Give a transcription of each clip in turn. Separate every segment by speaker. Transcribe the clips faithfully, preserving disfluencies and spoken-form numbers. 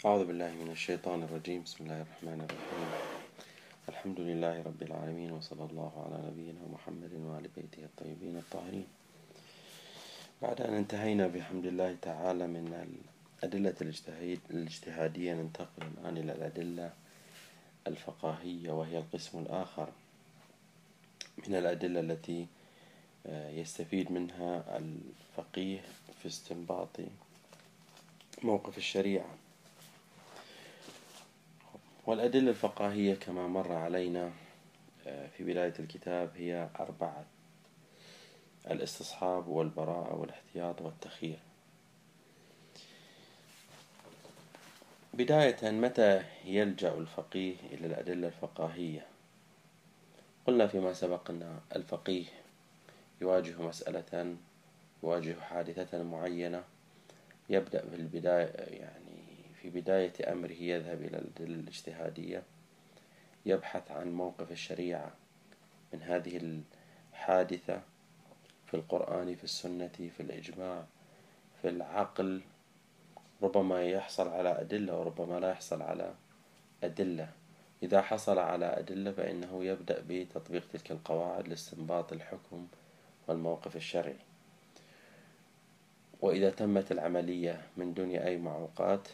Speaker 1: أعوذ بالله من الشيطان الرجيم. بسم الله الرحمن الرحيم. الحمد لله رب العالمين، وصلى الله على نبينا محمد وآل بيته الطيبين الطاهرين. بعد أن انتهينا بحمد الله تعالى من الأدلة الاجتهادية، ننتقل الآن إلى الأدلة الفقهية، وهي القسم الآخر من الأدلة التي يستفيد منها الفقيه في استنباط موقف الشريعة. والأدلة الفقهية كما مر علينا في بداية الكتاب هي أربعة: الاستصحاب والبراءة والاحتياط والتخيير. بداية، متى يلجأ الفقيه إلى الأدلة الفقهية؟ قلنا فيما سبق أن الفقيه يواجه مسألة، يواجه حادثة معينة، يبدأ في البداية يعني في بداية أمره يذهب إلى الأدلة الاجتهادية، يبحث عن موقف الشريعة من هذه الحادثة في القرآن، في السنة، في الإجماع، في العقل. ربما يحصل على أدلة وربما لا يحصل على أدلة. إذا حصل على أدلة فإنه يبدأ بتطبيق تلك القواعد لاستنباط الحكم والموقف الشرعي. وإذا تمت العملية من دون أي معوقات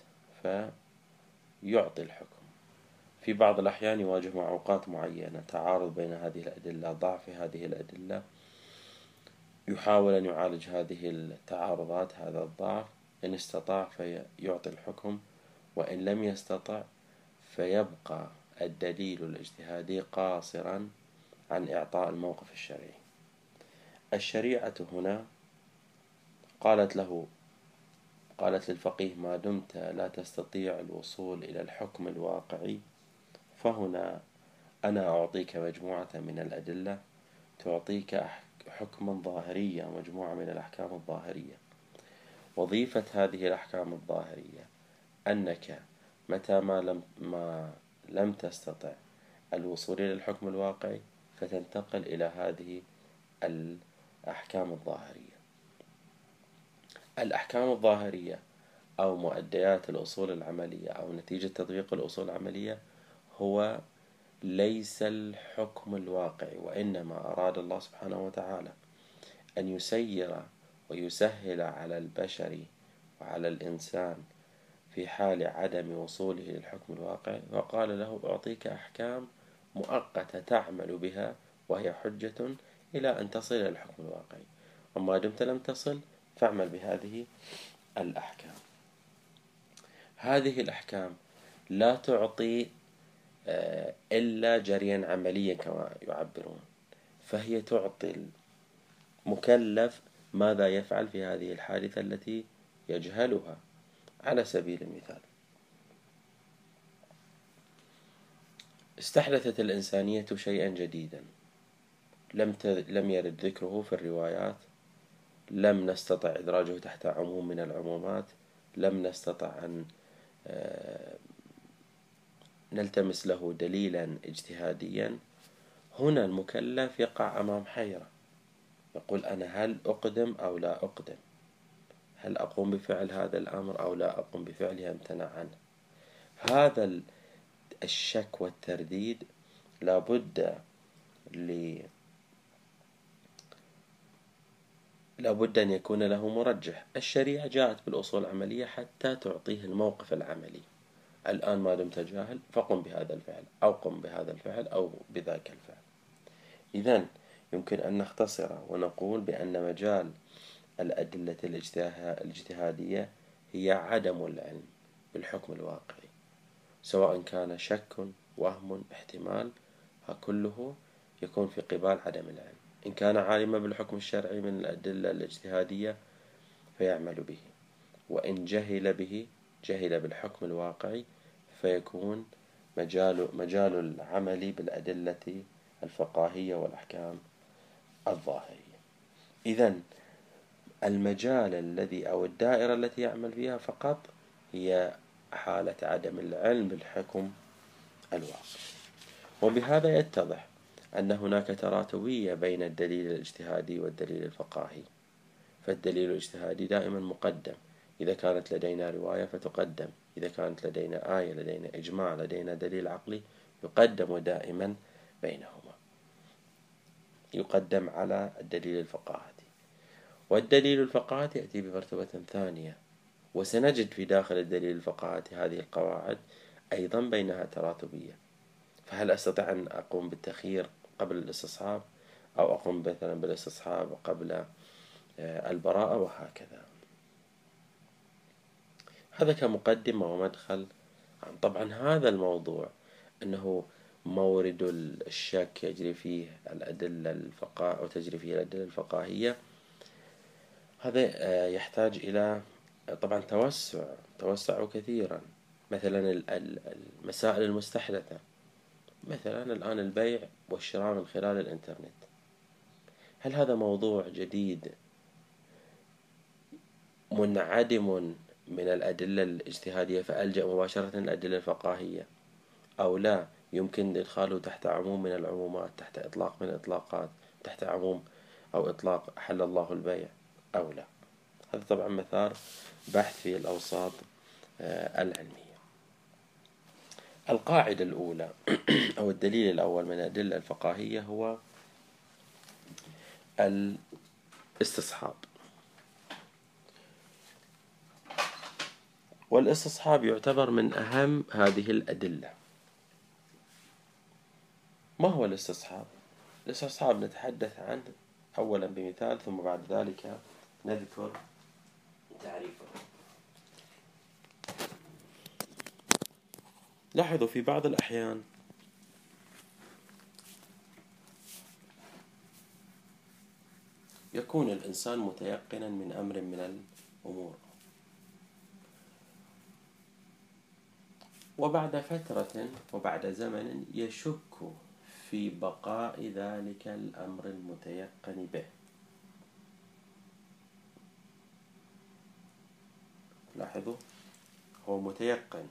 Speaker 1: فيعطي الحكم. في بعض الأحيان يواجه معوقات معينة، تعارض بين هذه الأدلة، ضعف هذه الأدلة، يحاول أن يعالج هذه التعارضات، هذا الضعف. إن استطاع فيعطي الحكم، وإن لم يستطع فيبقى الدليل الاجتهادي قاصرا عن إعطاء الموقف الشرعي. الشريعة هنا قالت له قالت للفقيه: ما دمت لا تستطيع الوصول إلى الحكم الواقعي، فهنا أنا أعطيك مجموعة من الأدلة تعطيك حكما ظاهريا، مجموعة من الأحكام الظاهرية. وظيفة هذه الأحكام الظاهرية أنك متى ما لم, ما لم تستطع الوصول إلى الحكم الواقعي فتنتقل إلى هذه الأحكام الظاهرية. الأحكام الظاهرية أو مؤديات الأصول العملية أو نتيجة تطبيق الأصول العملية هو ليس الحكم الواقعي، وإنما أراد الله سبحانه وتعالى أن يسير ويسهل على البشر وعلى الإنسان في حال عدم وصوله للحكم الواقعي، وقال له: أعطيك أحكام مؤقتة تعمل بها وهي حجة إلى أن تصل إلى الحكم الواقعي، وما دمت لم تصل فاعمل بهذه الأحكام. هذه الأحكام لا تعطي إلا جريا عمليا كما يعبرون، فهي تعطي المكلف ماذا يفعل في هذه الحادثة التي يجهلها. على سبيل المثال، استحدثت الإنسانية شيئا جديدا لم لم يرد ذكره في الروايات، لم نستطع إدراجه تحت عموم من العمومات، لم نستطع أن نلتمس له دليلا اجتهاديا. هنا المكلف يقع أمام حيرة، يقول: أنا هل أقدم أو لا أقدم؟ هل أقوم بفعل هذا الأمر أو لا أقوم بفعله، أمتنع عنه؟ هذا الشك والترديد لابد ل لابد أن يكون له مرجح. الشريعة جاءت بالأصول العملية حتى تعطيه الموقف العملي. الآن ما دمت جاهل فقم بهذا الفعل أو قم بهذا الفعل أو بذاك الفعل. إذن يمكن أن نختصر ونقول بأن مجال الأدلة الاجتهادية هي عدم العلم بالحكم الواقعي، سواء كان شك، وهم، احتمال، كله يكون في قبال عدم العلم. إن كان عالما بالحكم الشرعي من الأدلة الاجتهادية فيعمل به، وإن جهل به جهل بالحكم الواقعي فيكون مجال مجال العمل بالأدلة الفقهية والأحكام الظاهرية. إذن المجال الذي أو الدائرة التي يعمل فيها فقط هي حالة عدم العلم بالحكم الواقعي. وبهذا يتضح أن هناك تراتبية بين الدليل الاجتهادي والدليل الفقهي. فالدليل الاجتهادي دائما مقدم، إذا كانت لدينا رواية فتقدم، إذا كانت لدينا آية، لدينا إجماع، لدينا دليل عقلي، يقدم دائما بينهما، يقدم على الدليل الفقاهي. والدليل الفقاهي يأتي بمرتبة ثانية، وسنجد في داخل الدليل الفقاهي هذه القواعد أيضا بينها تراتبية. فهل أستطيع أن أقوم بالتخيير قبل الاستصحاب، أو أقوم مثلا بالاستصحاب قبل البراءة، وهكذا. هذا كمقدمة ومدخل. طبعا هذا الموضوع أنه مورد الشك يجري فيه الأدلة الفقهية أو تجري فيه الأدلة الفقهية، هذا يحتاج إلى طبعا توسع توسع كثيرا. مثلا المسائل المستحدثة، مثلا الآن البيع والشراء من خلال الإنترنت، هل هذا موضوع جديد منعدم من الأدلة الاجتهادية فألجأ مباشرة الأدلة الفقهية، أو لا يمكن إدخاله تحت عموم من العمومات، تحت إطلاق من الإطلاقات، تحت عموم أو إطلاق أحل الله البيع، أو لا؟ هذا طبعا مثار بحث في الأوساط العلمية. القاعدة الأولى أو الدليل الأول من الأدلة الفقهية هو الاستصحاب. والاستصحاب يعتبر من أهم هذه الأدلة. ما هو الاستصحاب؟ الاستصحاب نتحدث عنه أولا بمثال، ثم بعد ذلك نذكر تعريفه. لاحظوا في بعض الأحيان يكون الإنسان متيقنا من أمر من الأمور، وبعد فترة وبعد زمن يشك في بقاء ذلك الأمر المتيقن به. لاحظوا، هو متيقن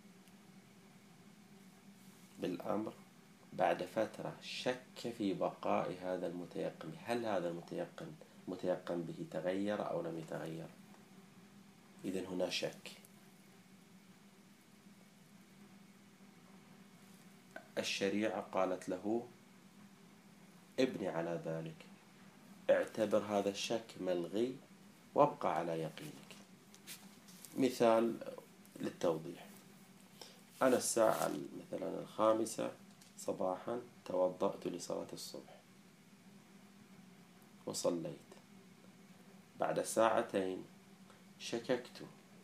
Speaker 1: بالأمر، بعد فترة شك في بقاء هذا المتيقن. هل هذا المتيقن متيقن به تغير أو لم يتغير؟ إذن هنا شك. الشريعة قالت له ابني على ذلك، اعتبر هذا الشك ملغي وابقى على يقينك. مثال للتوضيح، أنا الساعة مثلا الخامسة صباحا توضأت لصلاة الصبح وصليت، بعد ساعتين شككت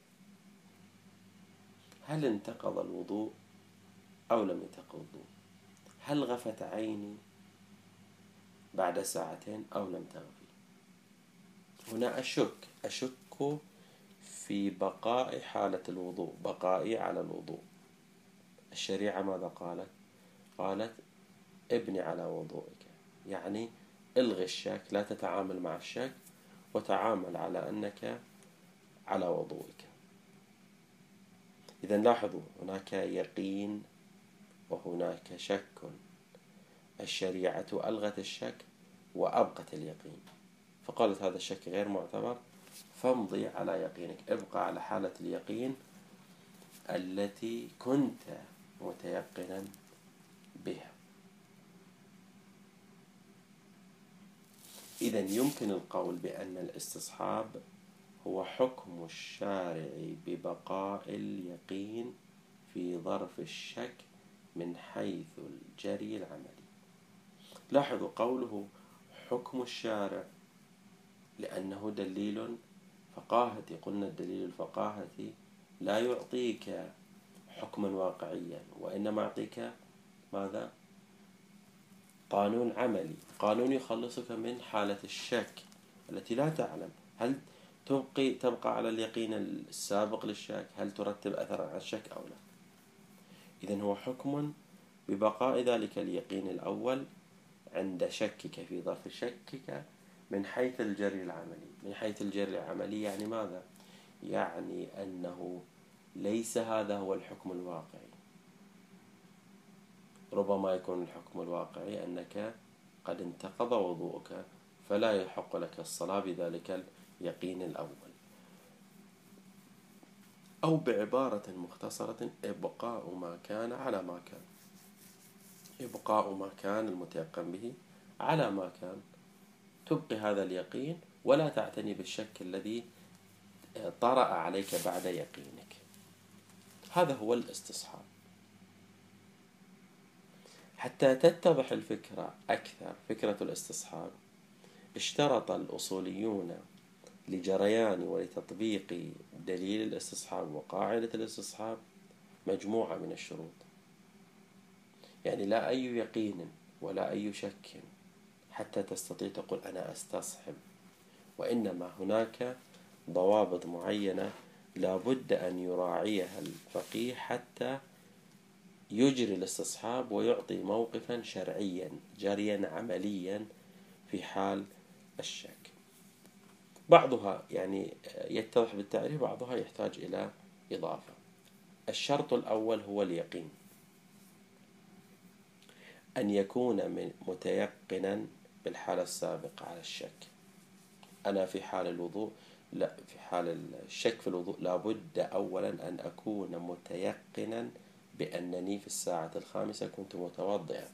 Speaker 1: هل انتقض الوضوء أو لم ينتقض الوضوء، هل غفت عيني بعد ساعتين أو لم تغفي. هنا أشك أشك في بقاء حالة الوضوء، بقائي على الوضوء. الشريعة ماذا قالت؟ قالت ابني على وضوئك، يعني الغي الشك، لا تتعامل مع الشك وتعامل على أنك على وضوئك. إذن لاحظوا، هناك يقين وهناك شك. الشريعة ألغت الشك وأبقت اليقين، فقالت هذا الشك غير معتبر، فامضي على يقينك، ابقى على حالة اليقين التي كنت متيقنا بها. إذن يمكن القول بأن الاستصحاب هو حكم الشارع ببقاء اليقين في ظرف الشك من حيث الجري العملي. لاحظوا قوله حكم الشارع لأنه دليل فقاهتي. قلنا الدليل الفقاهتي لا يعطيك حكما واقعيا، وإنما يعطيك ماذا؟ قانون عملي، قانون يخلصك من حالة الشك التي لا تعلم هل تبقي تبقى على اليقين السابق للشك، هل ترتب أثر على الشك أو لا. إذن هو حكم ببقاء ذلك اليقين الأول عند شكك في ظرف شكك من حيث الجري العملي. من حيث الجري العملي يعني ماذا؟ يعني أنه ليس هذا هو الحكم الواقعي. ربما يكون الحكم الواقعي أنك قد انتقض وضوءك فلا يحق لك الصلاة بذلك اليقين الأول. أو بعبارة مختصرة إبقاء ما كان على ما كان. إبقاء ما كان المتيقن به على ما كان، تبقي هذا اليقين ولا تعتني بالشك الذي طرأ عليك بعد يقينك. هذا هو الاستصحاب. حتى تتضح الفكرة أكثر، فكرة الاستصحاب، اشترط الأصوليون لجريان ولتطبيق دليل الاستصحاب وقاعدة الاستصحاب مجموعة من الشروط. يعني لا أي يقين ولا أي شك حتى تستطيع تقول أنا أستصحب، وإنما هناك ضوابط معينة لا بد أن يراعيها الفقيه حتى يجري الاستصحاب ويعطي موقفا شرعيا جريا عمليا في حال الشك. بعضها يعني يتضح بالتعريف، بعضها يحتاج إلى إضافة. الشرط الأول هو اليقين، أن يكون من متيقنا بالحالة السابقة على الشك. أنا في حال الوضوء، لا، في حال الشك في الوضوء لابد أولا أن أكون متيقنا بأنني في الساعة الخامسة كنت متوضئا.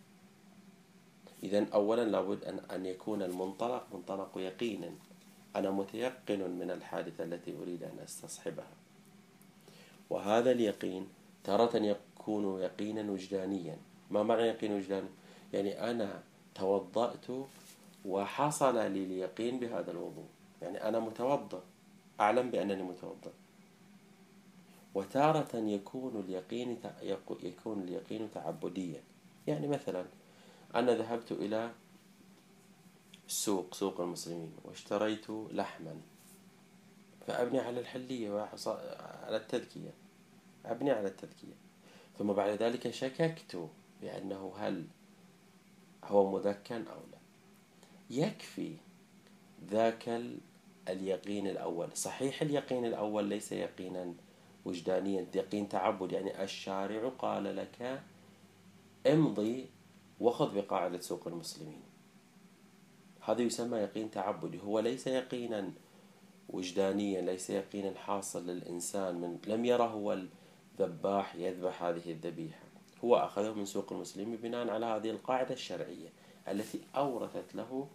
Speaker 1: إذن أولا لابد أن أن يكون المنطلق منطلق يقين، أنا متيقن من الحادثة التي أريد أن أستصحبها. وهذا اليقين تارة يكون يقينا وجدانيا. ما معنى يقين وجداني؟ يعني أنا توضأت وحصل لي اليقين بهذا الوضوء، يعني أنا متوضأ، أعلم بأنني متوضأ. وتارة يكون اليقين يكون اليقين تعبديا. يعني مثلا أنا ذهبت إلى السوق، سوق المسلمين، واشتريت لحما، فأبني على الحلية وعلى التذكية، أبني على التذكية. ثم بعد ذلك شككت بأنه هل هو مذكى أو لا. يكفي ذاك اليقين الأول. صحيح اليقين الأول ليس يقينا وجدانيا، يقين تعبد، يعني الشارع قال لك امضي وخذ بقاعدة سوق المسلمين، هذا يسمى يقين تعبدي. هو ليس يقينا وجدانيا، ليس يقينا حاصل للإنسان من لم يره هو الذباح يذبح هذه الذبيحة، هو أخذه من سوق المسلمين بناء على هذه القاعدة الشرعية التي أورثت له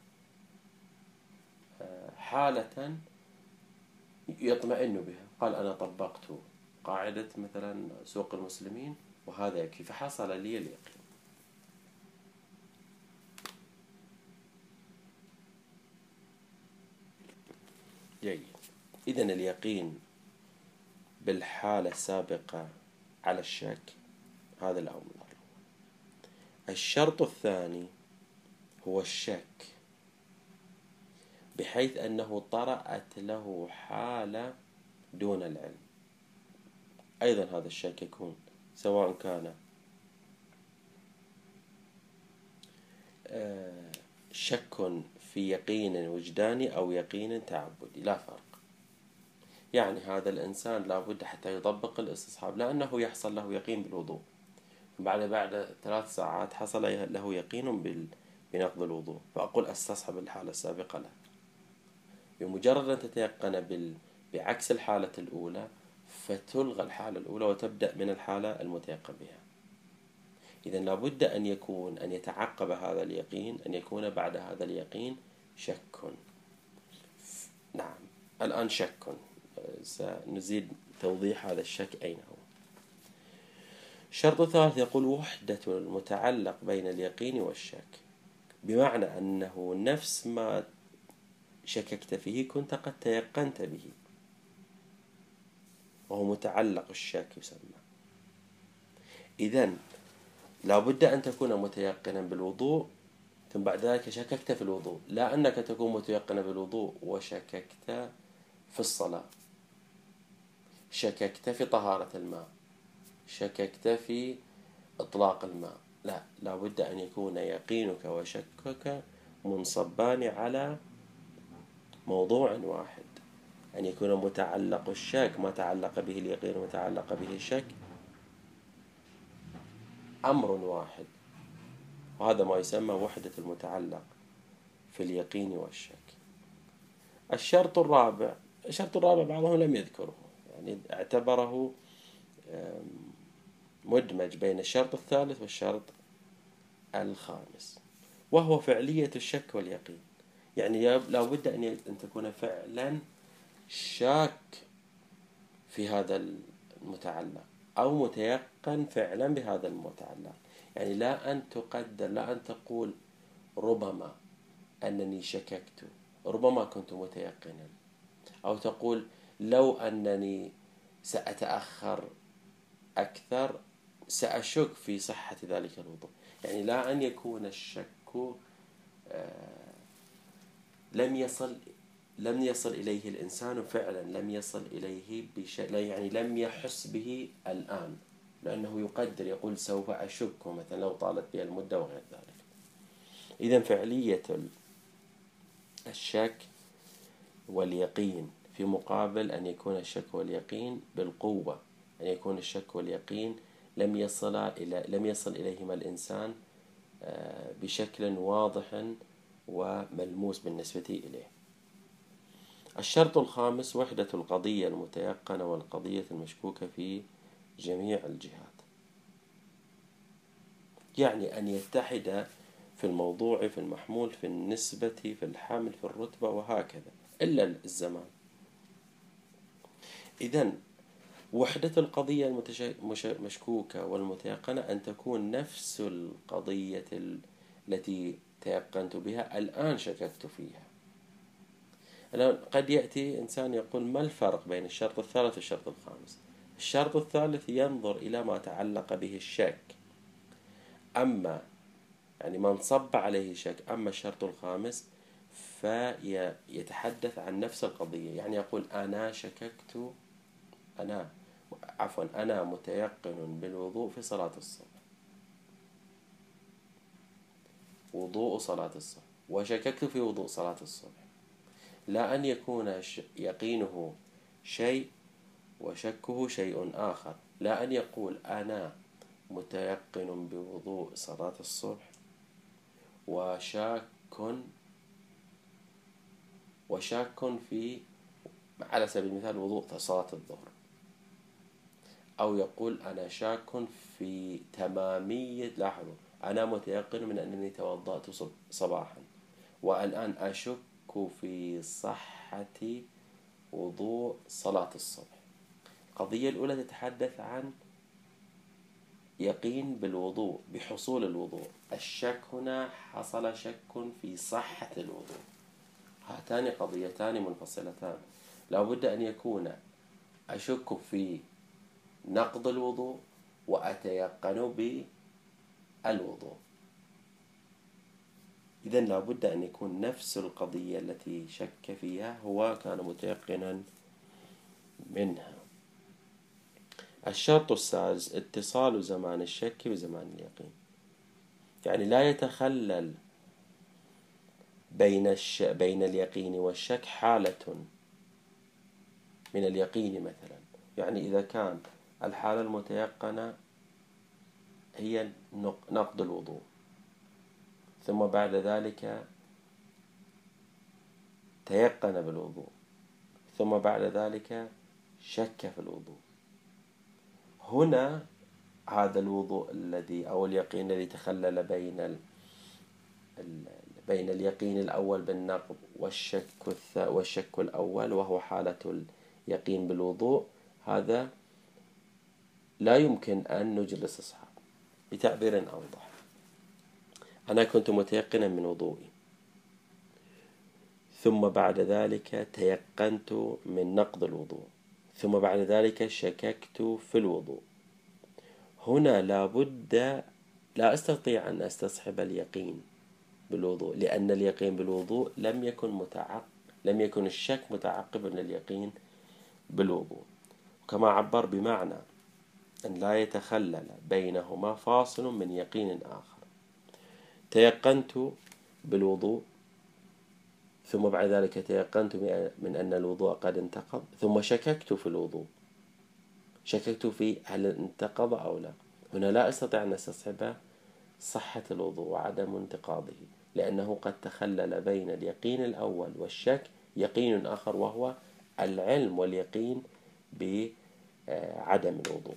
Speaker 1: حالة يطمئن بها. قال أنا طبقت قاعدة مثلا سوق المسلمين وهذا يكفي، فحصل لي اليقين. جيد. إذن اليقين بالحالة السابقة على الشك، هذا الأمر. الشرط الثاني هو الشك بحيث أنه طرأت له حالة دون العلم. أيضا هذا الشك يكون سواء كان شك في يقين وجداني أو يقين تعبدي، لا فرق. يعني هذا الإنسان لابد حتى يطبق الاستصحاب، لأنه يحصل له يقين بالوضوء، بعد بعد ثلاث ساعات حصل له يقين بنقض الوضوء، فأقول استصحب الحالة السابقة له. بمجرد أن تتيقن بال... بعكس الحالة الأولى فتلغى الحالة الأولى وتبدأ من الحالة المتيقن بها. إذن لابد أن يكون أن يتعقب هذا اليقين أن يكون بعد هذا اليقين شك. نعم، الآن شك، سنزيد توضيح هذا الشك أين هو. الشرط الثالث يقول وحدة المتعلق بين اليقين والشك، بمعنى أنه نفس ما شككت فيه كنت قد تيقنت به، وهو متعلق الشك يسمى. إذن لابد أن تكون متيقنا بالوضوء ثم بعد ذلك شككت في الوضوء، لا أنك تكون متيقنا بالوضوء وشككت في الصلاة، شككت في طهارة الماء، شككت في إطلاق الماء. لا، لابد أن يكون يقينك وشكك منصبان على موضوع واحد، أن يكون متعلق الشك ما تعلق به اليقين ومتعلق به الشك أمر واحد، وهذا ما يسمى وحدة المتعلق في اليقين والشك. الشرط الرابع الشرط الرابع بعضهم لم يذكره، يعني اعتبره مدمج بين الشرط الثالث والشرط الخامس، وهو فعلية الشك واليقين. يعني لا بد أن تكون فعلا شاك في هذا المتعلق أو متيقن فعلا بهذا المتعلق. يعني لا أن تقدر، لا أن تقول ربما أنني شككت، ربما كنت متيقنا، أو تقول لو أنني سأتأخر أكثر سأشك في صحة ذلك الوضوء. يعني لا أن يكون الشك لم يصل لم يصل إليه الإنسان فعلا، لم يصل إليه بشيء، يعني لم يحس به الآن، لأنه يقدر، يقول سوف أشك مثلا لو طالت بي المدة وغير ذلك. إذن فعلية الشك واليقين في مقابل أن يكون الشك واليقين بالقوة، أن يكون الشك واليقين لم يصل إلى لم يصل إليهما الإنسان بشكل واضح وملموس بالنسبة إليه. الشرط الخامس وحدة القضية المتيقنة والقضية المشكوكة في جميع الجهات، يعني أن يتحد في الموضوع، في المحمول، في النسبة، في الحامل، في الرتبة، وهكذا، إلا الزمان. إذن وحدة القضية المشكوكة والمتيقنة أن تكون نفس القضية التي تيقنت بها الآن شككت فيها. الآن قد يأتي إنسان يقول ما الفرق بين الشرط الثالث والشرط الخامس؟ الشرط الثالث ينظر إلى ما تعلق به الشك، أما يعني من صب عليه شك. أما الشرط الخامس فيتحدث عن نفس القضية، يعني يقول أنا شككت أنا عفوا أنا متيقن بالوضوء في صلاة الصبح، وضوء صلاة الصبح، وشككت في وضوء صلاة الصبح. لا أن يكون يقينه شيء وشكه شيء آخر. لا أن يقول أنا متيقن بوضوء صلاة الصبح وشاك وشاك في على سبيل المثال وضوء صلاة الظهر، أو يقول أنا شاك في تمامية، لاحظوا، أنا متيقن من أنني توضأت صباحا والآن أشك في صحة وضوء صلاة الصبح. القضية الأولى تتحدث عن يقين بالوضوء، بحصول الوضوء. الشك هنا حصل شك في صحة الوضوء. هاتان قضيتان منفصلتان. لا بد أن يكون أشك في نقض الوضوء وأتيقن بالوضوء. إذن لا بد أن يكون نفس القضية التي شك فيها هو كان متيقنا منها. الشرط السادس اتصال زمان الشك بزمان اليقين، يعني لا يتخلل بين الش... بين اليقين والشك حالة من اليقين مثلا. يعني إذا كان الحالة المتيقنة هي نقض الوضوء، ثم بعد ذلك تيقن بالوضوء، ثم بعد ذلك شك في الوضوء، هنا هذا الوضوء الذي أو اليقين الذي تخلل بين ال... بين اليقين الأول بالنقض والشك والشك الأول وهو حالة اليقين بالوضوء، هذا لا يمكن أن نجلس أصحاب. بتعبير أوضح، أنا كنت متيقنا من وضوئي، ثم بعد ذلك تيقنت من نقض الوضوء، ثم بعد ذلك شككت في الوضوء. هنا لا بد، لا أستطيع أن أستصحب اليقين بالوضوء، لأن اليقين بالوضوء لم يكن متعقب، لم يكن الشك متعقبا لليقين بالوضوء. كما عبر بمعنى أن لا يتخلل بينهما فاصل من يقين آخر. تيقنت بالوضوء، ثم بعد ذلك تيقنت من أن الوضوء قد انتقض، ثم شككت في الوضوء، شككت في هل انتقض أو لا. هنا لا أستطيع أن أستصحب صحة الوضوء وعدم انتقاضه، لأنه قد تخلل بين اليقين الأول والشك يقين آخر، وهو العلم واليقين بعدم الوضوء.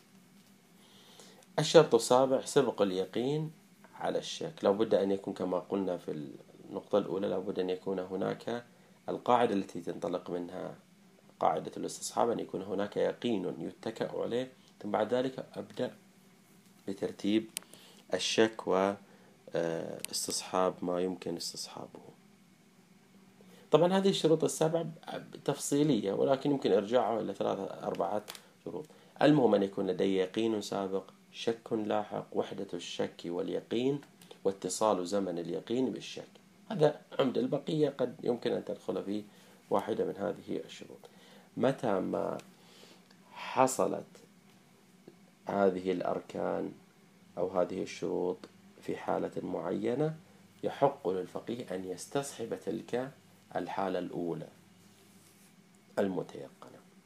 Speaker 1: الشرط السابع سبق اليقين على الشك. لابد أن يكون كما قلنا في النقطة الأولى، لابد أن يكون هناك القاعدة التي تنطلق منها قاعدة الاستصحاب، أن يكون هناك يقين يتكأ عليه، ثم بعد ذلك أبدأ بترتيب الشك واستصحاب ما يمكن استصحابه. طبعا هذه الشروط السبع تفصيلية، ولكن يمكن إرجاعها إلى ثلاثة أربعة شروط. المهم أن يكون لدي يقين سابق، شك لاحق، وحدة الشك واليقين، واتصال زمن اليقين بالشك. هذا عمد. البقية قد يمكن أن تدخل في واحدة من هذه الشروط. متى ما حصلت هذه الأركان أو هذه الشروط في حالة معينة، يحق للفقيه أن يستصحب تلك الحالة الأولى المتيقنة.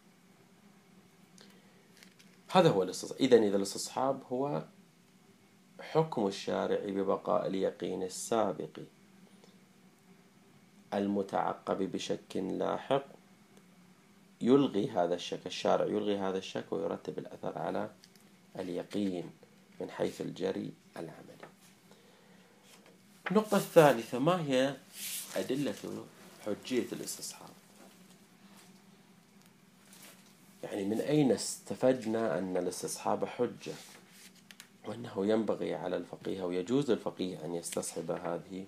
Speaker 1: هذا هو الاستصحاب. إذن إذا الاستصحاب هو حكم الشارع ببقاء اليقين السابق المتعقب بشك لاحق، يلغي هذا الشك، الشارع يلغي هذا الشك ويرتب الأثر على اليقين من حيث الجري العملي. النقطة الثالثة: ما هي أدلة حجية الاستصحاب؟ يعني من أين استفدنا أن الاستصحاب حجة، وأنه ينبغي على الفقيه أو يجوز للفقيه أن يستصحب هذه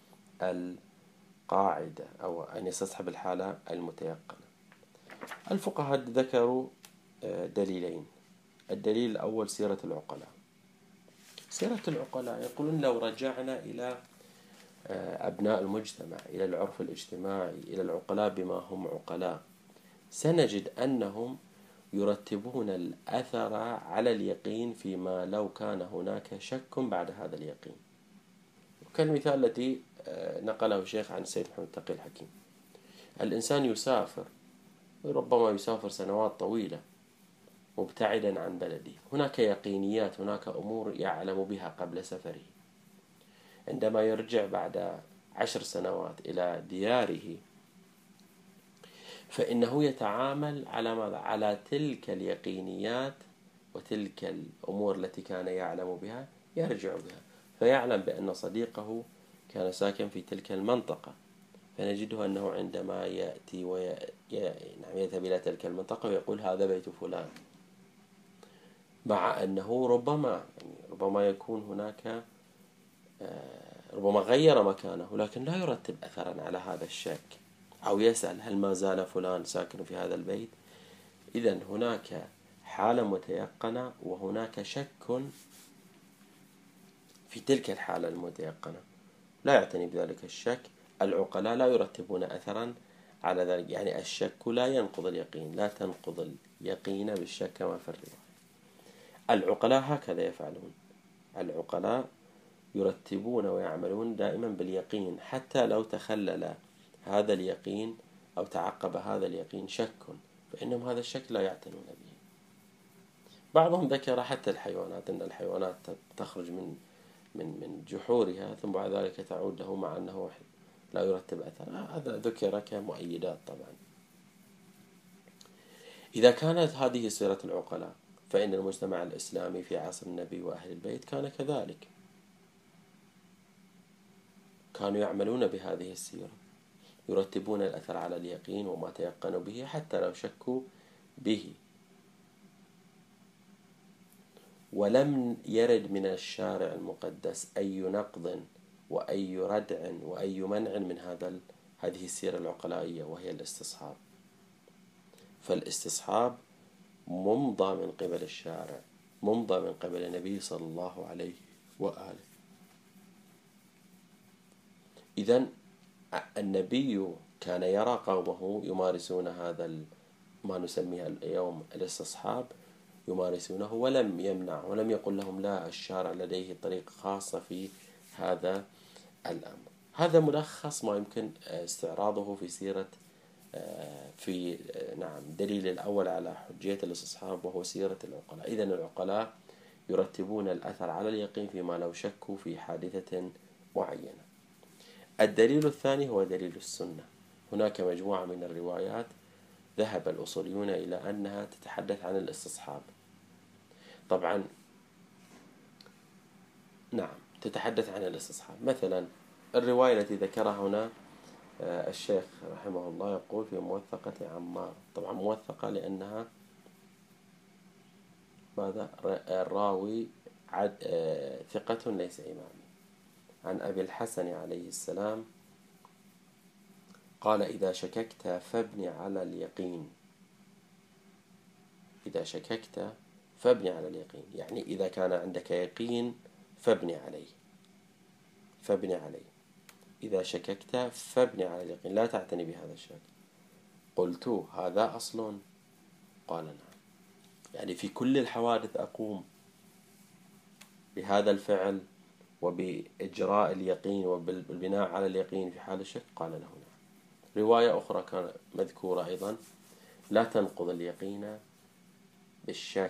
Speaker 1: القاعدة أو أن يستصحب الحالة المتيقنة؟ الفقهاء ذكروا دليلين. الدليل الأول سيرة العقلاء. سيرة العقلاء يقولون لو رجعنا إلى أبناء المجتمع، إلى العرف الاجتماعي، إلى العقلاء بما هم عقلاء، سنجد أنهم يرتبون الأثر على اليقين فيما لو كان هناك شك بعد هذا اليقين. وكالمثال التي نقله الشيخ عن السيد محمد تقي الحكيم: الإنسان يسافر، ربما يسافر سنوات طويلة مبتعدا عن بلده، هناك يقينيات، هناك أمور يعلم بها قبل سفره. عندما يرجع بعد عشر سنوات إلى دياره، فإنه يتعامل على ماذا؟ على تلك اليقينيات وتلك الأمور التي كان يعلم بها، يرجع بها، فيعلم بأن صديقه كان ساكن في تلك المنطقة، فنجده أنه عندما يأتي ويذهب إلى تلك المنطقة ويقول هذا بيت فلان، مع أنه ربما يعني ربما يكون هناك ربما غير مكانه، لكن لا يرتب أثرا على هذا الشك، أو يسأل هل ما زال فلان ساكن في هذا البيت. إذن هناك حالة متيقنة وهناك شك في تلك الحالة المتيقنة، لا يعتني بذلك الشك. العقلاء لا يرتبون أثرا على ذلك، يعني الشك لا ينقض اليقين، لا تنقض اليقين بالشك كما في الرواية. العقلاء هكذا يفعلون، العقلاء يرتبون ويعملون دائما باليقين، حتى لو تخلل هذا اليقين أو تعقب هذا اليقين شك، فإنهم هذا الشك لا يعتنون به. بعضهم ذكر حتى الحيوانات، أن الحيوانات تخرج من من من جحورها ثم بعد ذلك تعود له، مع أنه لا يرتب أثر. هذا ذكر كمؤيدات. طبعا إذا كانت هذه سيرة العقلاء، فإن المجتمع الإسلامي في عصر النبي وأهل البيت كان كذلك، كانوا يعملون بهذه السيرة، يرتبون الأثر على اليقين وما تيقنوا به حتى لو شكوا به. ولم يرد من الشارع المقدس أي نقض وأي ردع وأي منع من هذا هذه السيرة العقلائية، وهي الاستصحاب. فالاستصحاب ممضى من قبل الشارع، ممضى من قبل النبي صلى الله عليه وآله. إذن النبي كان يرى قومه يمارسون هذا ما نسميه اليوم الاستصحاب، يمارسونه، ولم يمنع ولم يقل لهم لا، الشارع لديه طريقة خاصة في هذا الأمر. هذا ملخص ما يمكن استعراضه في سيرة في نعم دليل الأول على حجية الاستصحاب، وهو سيرة العقلاء. إذن العقلاء يرتبون الأثر على اليقين فيما لو شكوا في حادثة معينة. الدليل الثاني هو دليل السنة. هناك مجموعة من الروايات ذهب الأصوليون إلى أنها تتحدث عن الاستصحاب. طبعا نعم تتحدث عن الاستصحاب. مثلا الرواية التي ذكرها هنا الشيخ رحمه الله يقول في موثقة عمار، طبعا موثقة لأنها ماذا الراوي عد ثقة ليس إماما، عن أبي الحسن عليه السلام قال: إذا شككت فابني على اليقين. إذا شككت فابني على اليقين، يعني إذا كان عندك يقين فابني عليه، فابني عليه. إذا شككت فابني على اليقين، لا تعتني بهذا الشك. قلت: هذا أصل؟ قال: نعم. يعني في كل الحوادث أقوم بهذا الفعل وبإجراء اليقين وبالبناء على اليقين في حال الشك؟ قال له: نعم. رواية أخرى كانت مذكورة أيضا: لا تنقض اليقين بالشك.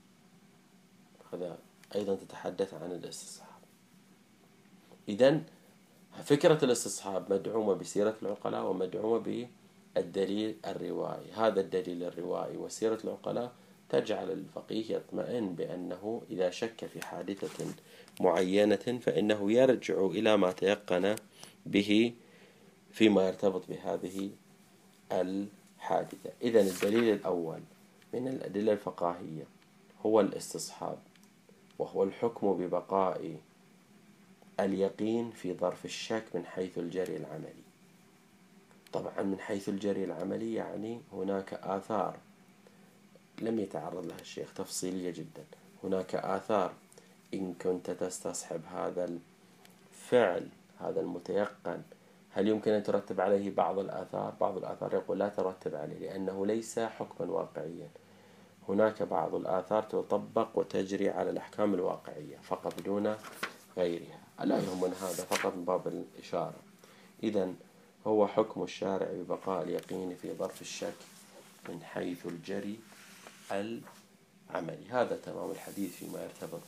Speaker 1: هذا أيضا تتحدث عن الاستصحاب. إذن فكرة الاستصحاب مدعومة بسيرة العقلاء ومدعومة بالدليل الروائي. هذا الدليل الروائي وسيرة العقلاء تجعل الفقيه يطمئن بأنه إذا شك في حادثة معينة فإنه يرجع إلى ما تيقن به فيما يرتبط بهذه الحادثة. إذن الدليل الأول من الأدلة الفقهية هو الاستصحاب، وهو الحكم ببقاء اليقين في ظرف الشك من حيث الجري العملي. طبعا من حيث الجري العملي يعني هناك آثار لم يتعرض لها الشيخ، تفصيلية جدا. هناك آثار إن كنت تستصحب هذا الفعل، هذا المتيقن، هل يمكن أن ترتب عليه بعض الآثار؟ بعض الآثار يقول لا ترتب عليه لأنه ليس حكما واقعيا. هناك بعض الآثار تطبق وتجري على الأحكام الواقعية فقط دون غيرها. لا يهمنا هذا، فقط من باب الإشارة. إذن هو حكم الشارع ببقاء اليقين في ظرف الشك من حيث الجري العملي. هذا تمام الحديث فيما يرتبط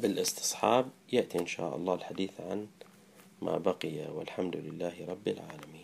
Speaker 1: بالاستصحاب. يأتي إن شاء الله الحديث عن ما بقي، والحمد لله رب العالمين.